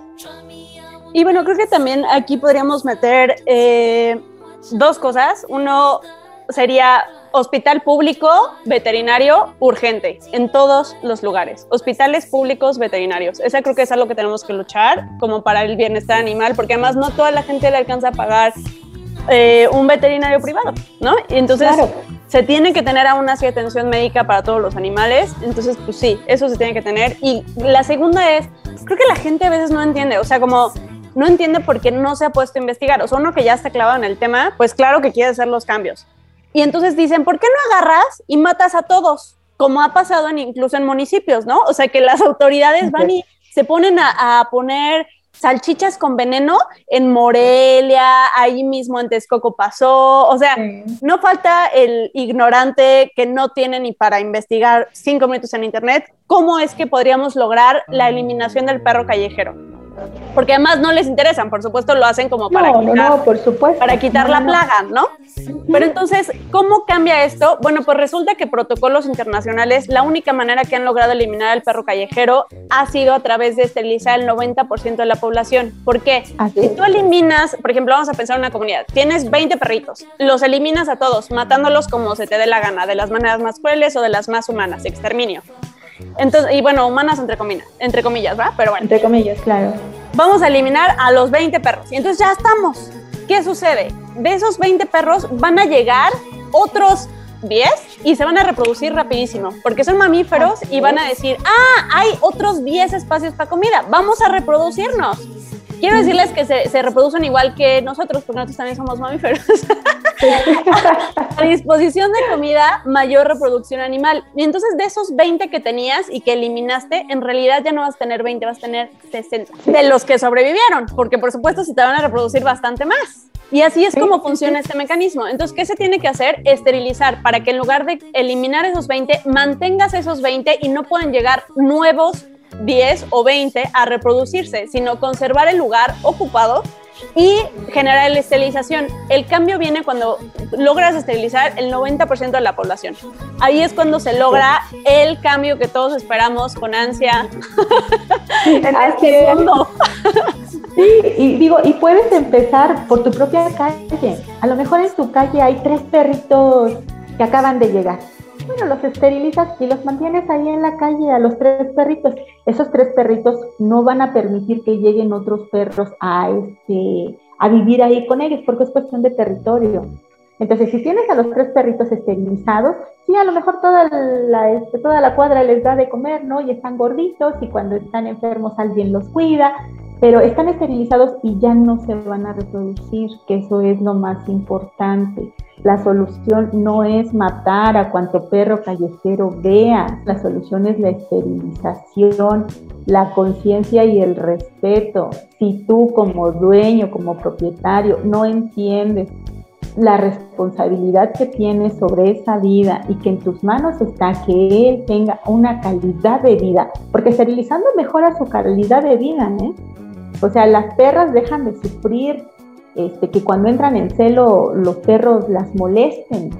Y bueno, creo que también aquí podríamos meter eh, dos cosas. Uno sería hospital público veterinario urgente en todos los lugares. Hospitales públicos veterinarios. Esa creo que es algo que tenemos que luchar como para el bienestar animal, porque además no toda la gente le alcanza a pagar eh, un veterinario privado, ¿no? Y entonces claro, se tiene que tener aún así atención médica para todos los animales. Entonces, pues sí, eso se tiene que tener. Y la segunda es, creo que la gente a veces no entiende, o sea, como no entiende por qué no se ha puesto a investigar. O sea, uno que ya está clavado en el tema, pues claro que quiere hacer los cambios. Y entonces dicen, ¿por qué no agarras y matas a todos? Como ha pasado en, incluso en municipios, ¿no? O sea, que las autoridades van y se ponen a, a poner salchichas con veneno en Morelia, ahí mismo en Texcoco pasó, o sea, sí. No falta el ignorante que no tiene ni para investigar cinco minutos en internet cómo es que podríamos lograr la eliminación del perro callejero. Porque además no les interesan, por supuesto lo hacen como para
no,
quitar,
no, no, por supuesto.
para quitar no, la no. plaga, ¿no? Pero entonces, ¿cómo cambia esto? Bueno, pues resulta que protocolos internacionales, la única manera que han logrado eliminar al perro callejero ha sido a través de esterilizar el noventa por ciento de la población. ¿Por qué? Así si tú eliminas, por ejemplo, vamos a pensar en una comunidad, tienes veinte perritos, los eliminas a todos, matándolos como se te dé la gana, de las maneras más crueles o de las más humanas, exterminio. Entonces, y bueno, humanas entre comillas, entre comillas, ¿va? Pero bueno.
Entre comillas, claro.
Vamos a eliminar a los veinte perros. Y entonces ya estamos. ¿Qué sucede? De esos veinte perros van a llegar otros diez y se van a reproducir rapidísimo, porque son mamíferos y van a decir, ah, hay otros diez espacios para comida, vamos a reproducirnos. Quiero decirles que se, se reproducen igual que nosotros, porque nosotros también somos mamíferos. A disposición de comida, mayor reproducción animal. Y entonces de esos veinte que tenías y que eliminaste, en realidad ya no vas a tener veinte, vas a tener sesenta. De los que sobrevivieron, porque por supuesto se te van a reproducir bastante más. Y así es como funciona este mecanismo. Entonces, ¿qué se tiene que hacer? Esterilizar para que en lugar de eliminar esos veinte, mantengas esos veinte y no puedan llegar nuevos diez o veinte a reproducirse, sino conservar el lugar ocupado y generar la esterilización. El cambio viene cuando logras esterilizar el noventa por ciento de la población. Ahí es cuando se logra el cambio que todos esperamos con ansia en este mundo.
Sí, y digo, y puedes empezar por tu propia calle. A lo mejor en tu calle hay tres perritos que acaban de llegar. Bueno, los esterilizas y los mantienes ahí en la calle a los tres perritos. Esos tres perritos no van a permitir que lleguen otros perros a, este, a vivir ahí con ellos, porque es cuestión de territorio. Entonces, si tienes a los tres perritos esterilizados, sí, a lo mejor toda la, este, toda la cuadra les da de comer, ¿no? Y están gorditos y cuando están enfermos alguien los cuida, pero están esterilizados y ya no se van a reproducir, que eso es lo más importante. La solución no es matar a cuanto perro callejero veas, la solución es la esterilización, la conciencia y el respeto. Si tú como dueño, como propietario, no entiendes la responsabilidad que tienes sobre esa vida y que en tus manos está que él tenga una calidad de vida, porque esterilizando mejora su calidad de vida, ¿eh? O sea, las perras dejan de sufrir, este, que cuando entran en celo los perros las molesten,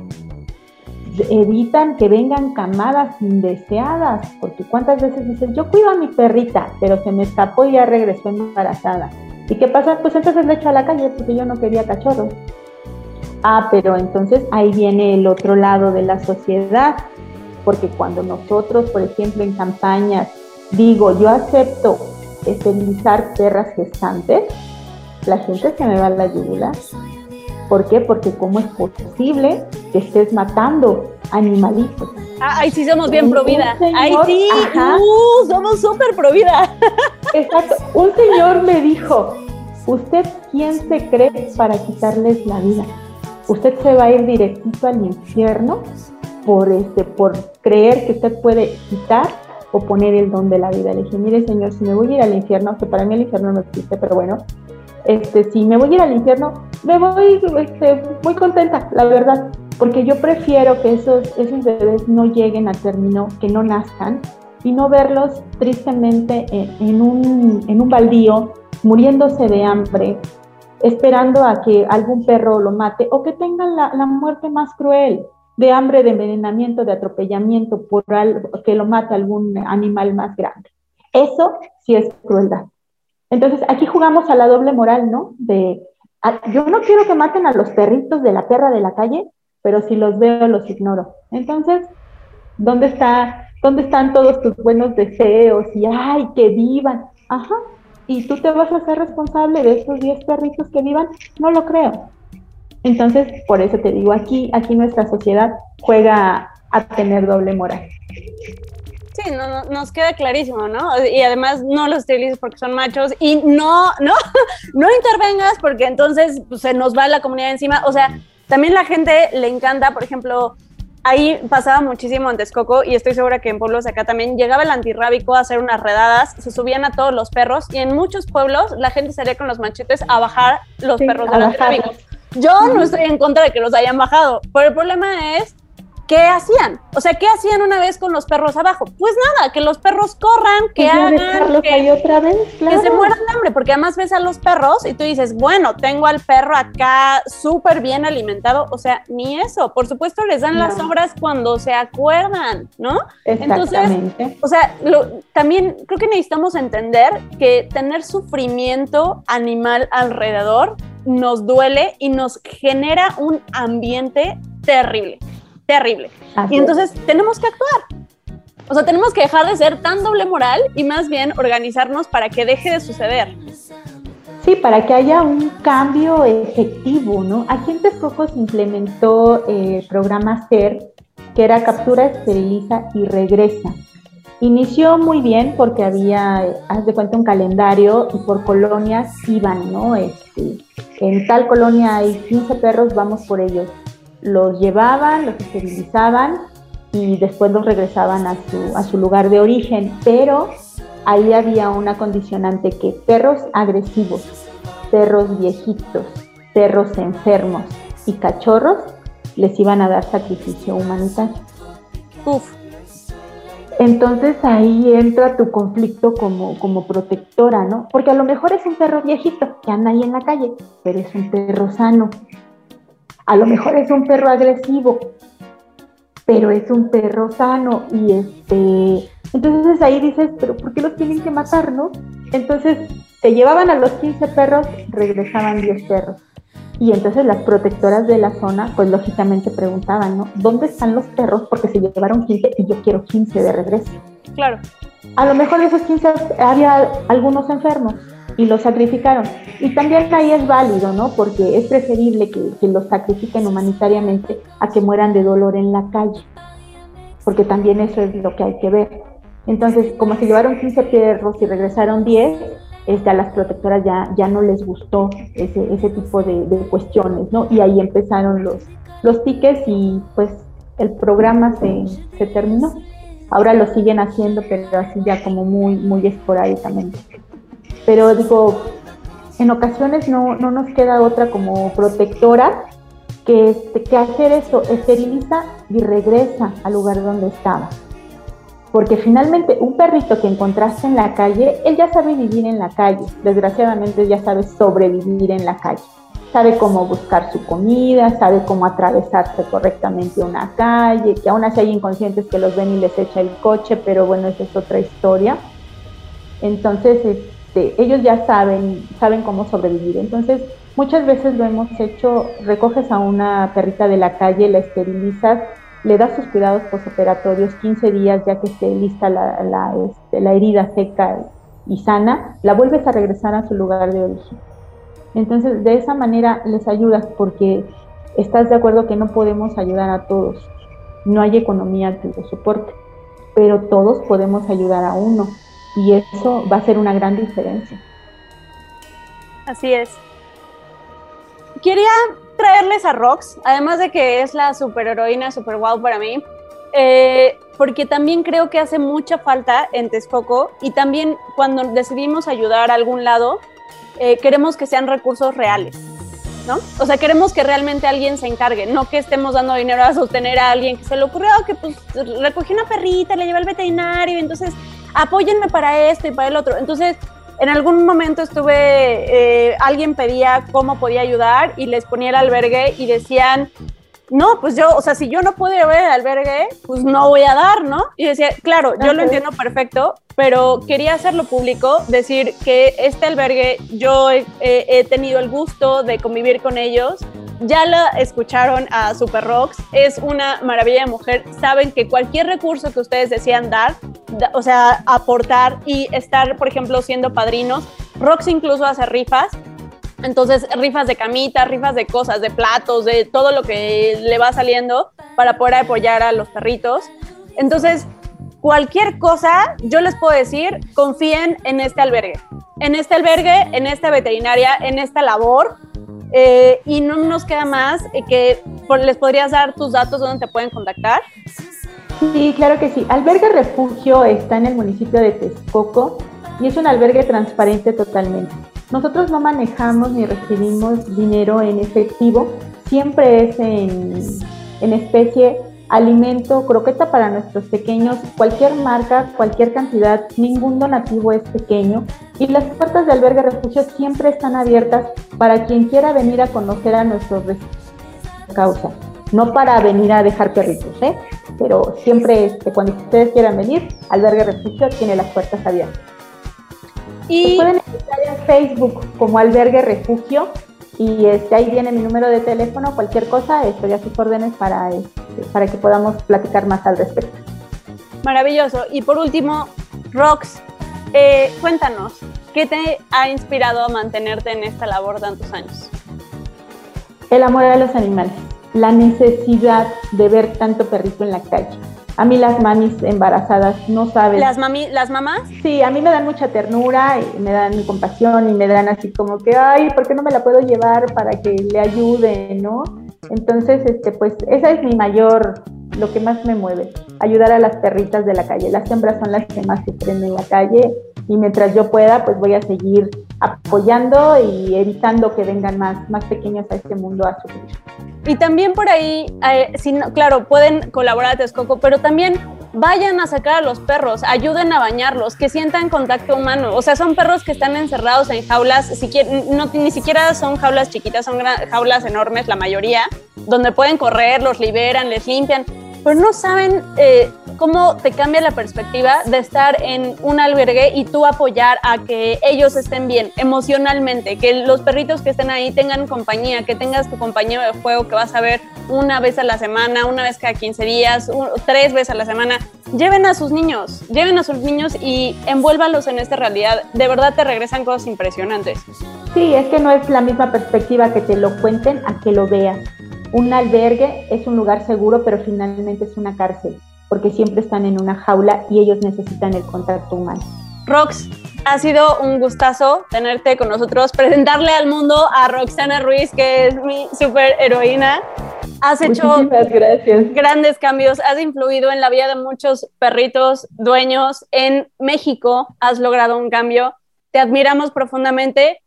evitan que vengan camadas indeseadas, porque cuántas veces dices, yo cuido a mi perrita, pero se me escapó y ya regresó embarazada. ¿Y qué pasa? Pues entonces le echo a la calle porque yo no quería cachorros. Ah, pero entonces ahí viene el otro lado de la sociedad, porque cuando nosotros, por ejemplo, en campañas, digo, yo acepto esterilizar perras gestantes, la gente se me va a la yugular. ¿Por qué? Porque ¿cómo es posible que estés matando animalitos?
Ah, ahí sí somos bien pro vida. Ahí sí, uh, somos súper pro vida.
Exacto. Un señor me dijo, ¿usted quién se cree para quitarles la vida? Usted se va a ir directito al infierno por, este, por creer que usted puede quitar o poner el don de la vida. Le dije, mire señor, si me voy a ir al infierno, que para mí el infierno no existe, pero bueno, este, si me voy a ir al infierno, me voy este, muy contenta, la verdad, porque yo prefiero que esos, esos bebés no lleguen a término, que no nazcan, y no verlos tristemente en, en, un, en un baldío, muriéndose de hambre, esperando a que algún perro lo mate, o que tengan la, la muerte más cruel, de hambre, de envenenamiento, de atropellamiento, por algo, que lo mate algún animal más grande. Eso sí es crueldad. Entonces, aquí jugamos a la doble moral, ¿no? De, a, yo no quiero que maten a los perritos de la perra de la calle, pero si los veo, los ignoro. Entonces, ¿dónde está, dónde están todos tus buenos deseos? Y, ¡ay, que vivan! Ajá. ¿Y tú te vas a hacer responsable de esos diez perritos que vivan? No lo creo. Entonces, por eso te digo, aquí, aquí nuestra sociedad juega a tener doble moral.
Sí, no, no, nos queda clarísimo, ¿no? Y además no los esterilices porque son machos y no, no, no intervengas porque entonces pues, se nos va la comunidad encima. O sea, también la gente le encanta, por ejemplo, ahí pasaba muchísimo en Texcoco y estoy segura que en pueblos de acá también. Llegaba el antirrábico a hacer unas redadas, se subían a todos los perros y en muchos pueblos la gente salía con los machetes a bajar los sí, perros del antirrábico. Yo no estoy en contra de que los hayan bajado, pero el problema es ¿qué hacían? O sea, ¿qué hacían una vez con los perros abajo? Pues nada, que los perros corran, que
pues
hagan, que,
ahí otra vez, claro.
que se mueran de hambre, porque además ves a los perros y tú dices, bueno, tengo al perro acá súper bien alimentado, o sea, ni eso, por supuesto les dan no. las sobras cuando se acuerdan, ¿no?
Exactamente.
Entonces, o sea, lo, también creo que necesitamos entender que tener sufrimiento animal alrededor nos duele y nos genera un ambiente terrible. Terrible. Así y entonces es. tenemos que actuar. O sea, tenemos que dejar de ser tan doble moral y más bien organizarnos para que deje de suceder.
Sí, para que haya un cambio efectivo, ¿no? Aquí en Texcoco se implementó el programa S E R, que era captura, esteriliza y regresa. Inició muy bien porque había, haz de cuenta, un calendario y por colonias iban, ¿no? Este, en tal colonia hay quince perros, vamos por ellos. Los llevaban, los esterilizaban y después los regresaban a su, a su lugar de origen, pero ahí había una condicionante que perros agresivos, perros viejitos, perros enfermos y cachorros les iban a dar sacrificio humanitario.
Uf.
Entonces ahí entra tu conflicto como, como protectora, ¿no? Porque a lo mejor es un perro viejito que anda ahí en la calle, pero es un perro sano. A lo mejor es un perro agresivo, pero es un perro sano y este, entonces ahí dices, pero ¿por qué los tienen que matar, no? Entonces se llevaban a los quince perros, regresaban diez perros. Y entonces las protectoras de la zona, pues lógicamente preguntaban, ¿no? ¿Dónde están los perros? Porque se llevaron quince y yo quiero quince de regreso.
Claro.
A lo mejor de esos quince había algunos enfermos y los sacrificaron. Y también ahí es válido, ¿no? Porque es preferible que, que los sacrifiquen humanitariamente a que mueran de dolor en la calle. Porque también eso es lo que hay que ver. Entonces, como se llevaron quince perros y regresaron diez, este, a las protectoras ya, ya no les gustó ese, ese tipo de, de cuestiones, ¿no? Y ahí empezaron los, los tickets y pues el programa se, se terminó. Ahora lo siguen haciendo, pero así ya como muy, muy esporádicamente. Pero digo, en ocasiones no, no nos queda otra como protectora que, este, que hacer eso, esteriliza y regresa al lugar donde estaba. Porque finalmente un perrito que encontraste en la calle, él ya sabe vivir en la calle, desgraciadamente ya sabe sobrevivir en la calle. Sabe cómo buscar su comida, sabe cómo atravesarse correctamente una calle, que aún así hay inconscientes que los ven y les echa el coche, pero bueno, esa es otra historia. Entonces, este, ellos ya saben, saben cómo sobrevivir. Entonces, muchas veces lo hemos hecho, recoges a una perrita de la calle, la esterilizas, le das sus cuidados postoperatorios, quince días ya que esté lista la, la, este, la herida seca y sana, la vuelves a regresar a su lugar de origen. Entonces, de esa manera les ayudas porque estás de acuerdo que no podemos ayudar a todos, no hay economía que lo soporte, pero todos podemos ayudar a uno y eso va a ser una gran diferencia.
Así es. Quería traerles a Rox, además de que es la superheroína, super wow para mí, eh, porque también creo que hace mucha falta en Texcoco y también cuando decidimos ayudar a algún lado, eh, queremos que sean recursos reales, ¿no? O sea, queremos que realmente alguien se encargue, no que estemos dando dinero a sostener a alguien que se le ocurrió que pues recogí una perrita, le llevé al veterinario, entonces apóyenme para esto y para el otro. Entonces, en algún momento estuve, eh, alguien pedía cómo podía ayudar y les ponía el albergue y decían, no, pues yo, o sea, si yo no puedo ir a ver el albergue, pues no voy a dar, ¿no? Y decía, claro, yo okay. lo entiendo perfecto, pero quería hacerlo público, decir que este albergue, yo he, he tenido el gusto de convivir con ellos, ya la escucharon a Super Rox, es una maravilla de mujer, saben que cualquier recurso que ustedes desean dar, da, o sea, aportar y estar, por ejemplo, siendo padrinos, Rox incluso hace rifas, entonces rifas de camitas, rifas de cosas, de platos, de todo lo que le va saliendo para poder apoyar a los perritos. Entonces, cualquier cosa, yo les puedo decir, confíen en este albergue, en este albergue, en esta veterinaria, en esta labor, Eh, y no nos queda más eh, que por, les podrías dar tus datos donde te pueden contactar.
Sí, claro que sí. Albergue Refugio está en el municipio de Texcoco y es un albergue transparente totalmente. Nosotros no manejamos ni recibimos dinero en efectivo, siempre es en, en especie, alimento, croqueta para nuestros pequeños, cualquier marca, cualquier cantidad, ningún donativo es pequeño y las puertas de Albergue Refugio siempre están abiertas para quien quiera venir a conocer a nuestros causa, no para venir a dejar perritos, ¿eh? Pero siempre este, cuando ustedes quieran venir, Albergue Refugio tiene las puertas abiertas. Y pueden encontrar en Facebook como Albergue Refugio y este, ahí viene mi número de teléfono, cualquier cosa, estoy a sus órdenes para, este, para que podamos platicar más al respecto.
Maravilloso. Y por último, Rox, eh, cuéntanos, ¿qué te ha inspirado a mantenerte en esta labor tantos años?
El amor a los animales, la necesidad de ver tanto perrito en la calle. A mí las mamis embarazadas no saben.
¿Las, mami, ¿Las mamás?
Sí, a mí me dan mucha ternura y me dan compasión y me dan así como que, ay, ¿por qué no me la puedo llevar para que le ayude, no? Entonces, este, pues, esa es mi mayor, lo que más me mueve, ayudar a las perritas de la calle. Las hembras son las que más sufren en la calle y mientras yo pueda, pues voy a seguir apoyando y evitando que vengan más, más pequeños a este mundo a sufrir.
Y también por ahí, eh, si no, claro, pueden colaborar a Texcoco, pero también vayan a sacar a los perros, ayuden a bañarlos, que sientan contacto humano. O sea, son perros que están encerrados en jaulas, si quieren, no, ni siquiera son jaulas chiquitas, son gran, jaulas enormes, la mayoría, donde pueden correr, los liberan, les limpian, pero no saben eh, cómo te cambia la perspectiva de estar en un albergue y tú apoyar a que ellos estén bien emocionalmente, que los perritos que estén ahí tengan compañía, que tengas tu compañero de juego que vas a ver una vez a la semana, una vez cada quince días, un, tres veces a la semana. Lleven a sus niños, lleven a sus niños y envuélvalos en esta realidad. De verdad te regresan cosas impresionantes.
Sí, es que no es la misma perspectiva que te lo cuenten a que lo veas. Un albergue es un lugar seguro, pero finalmente es una cárcel, porque siempre están en una jaula y ellos necesitan el contacto humano.
Rox, ha sido un gustazo tenerte con nosotros, presentarle al mundo a Roxana Ruiz, que es mi super heroína. Has hecho
gracias.
grandes cambios, has influido en la vida de muchos perritos dueños en México, has logrado un cambio. Te admiramos profundamente.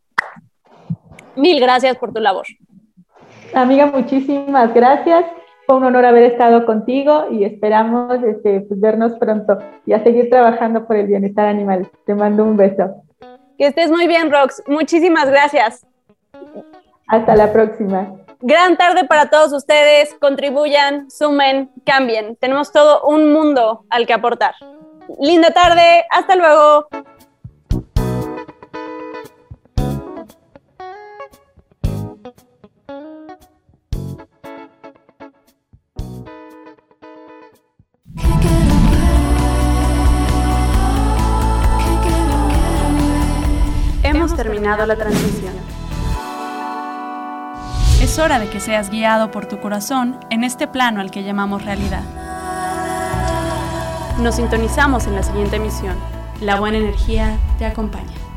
Mil gracias por tu labor.
Amiga, muchísimas gracias. Fue un honor haber estado contigo y esperamos este, pues, vernos pronto y a seguir trabajando por el bienestar animal. Te mando un beso.
Que estés muy bien, Rox. Muchísimas gracias.
Hasta la próxima.
Gran tarde para todos ustedes. Contribuyan, sumen, cambien. Tenemos todo un mundo al que aportar. Linda tarde. Hasta luego.
Hemos terminado la transmisión. Es hora de que seas guiado por tu corazón en este plano al que llamamos realidad. Nos sintonizamos en la siguiente emisión. La buena energía te acompaña.